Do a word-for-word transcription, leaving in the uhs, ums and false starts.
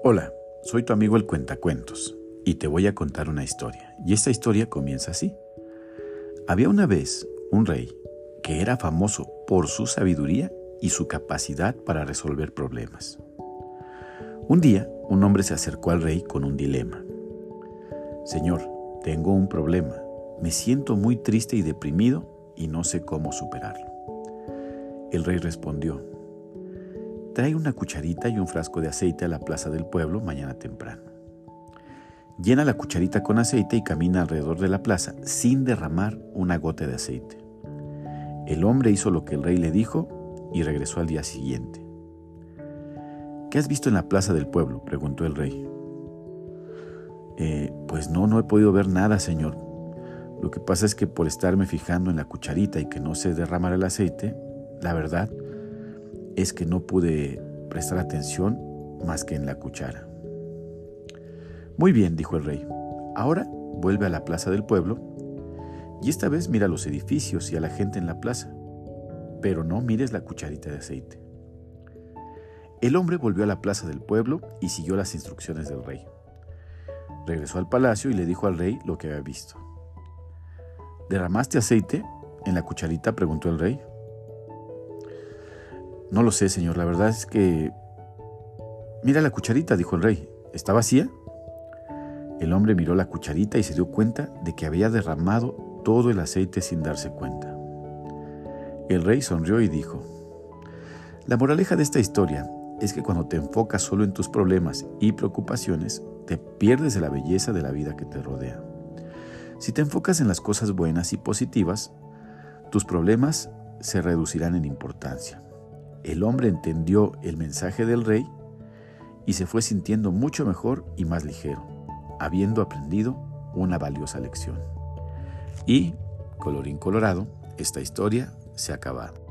Hola, soy tu amigo el Cuentacuentos y te voy a contar una historia. Y esta historia comienza así. Había una vez un rey que era famoso por su sabiduría y su capacidad para resolver problemas. Un día, un hombre se acercó al rey con un dilema. Señor, tengo un problema. Me siento muy triste y deprimido y no sé cómo superarlo. El rey respondió: trae una cucharita y un frasco de aceite a la plaza del pueblo mañana temprano. Llena la cucharita con aceite y camina alrededor de la plaza sin derramar una gota de aceite. El hombre hizo lo que el rey le dijo y regresó al día siguiente. ¿Qué has visto en la plaza del pueblo?, preguntó el rey. Eh, pues no, no he podido ver nada, señor. Lo que pasa es que por estarme fijando en la cucharita y que no se derramara el aceite, la verdad es que no pude prestar atención más que en la cuchara. Muy bien, dijo el rey. Ahora vuelve a la plaza del pueblo y esta vez mira los edificios y a la gente en la plaza, pero no mires la cucharita de aceite. El hombre volvió a la plaza del pueblo y siguió las instrucciones del rey. Regresó al palacio y le dijo al rey lo que había visto. ¿Derramaste aceite en la cucharita?, preguntó el rey. No lo sé, señor, la verdad es que... Mira la cucharita, dijo el rey. ¿Está vacía? El hombre miró la cucharita y se dio cuenta de que había derramado todo el aceite sin darse cuenta. El rey sonrió y dijo: la moraleja de esta historia es que cuando te enfocas solo en tus problemas y preocupaciones, te pierdes de la belleza de la vida que te rodea. Si te enfocas en las cosas buenas y positivas, tus problemas se reducirán en importancia. El hombre entendió el mensaje del rey y se fue sintiendo mucho mejor y más ligero, habiendo aprendido una valiosa lección. Y, colorín colorado, esta historia se acaba.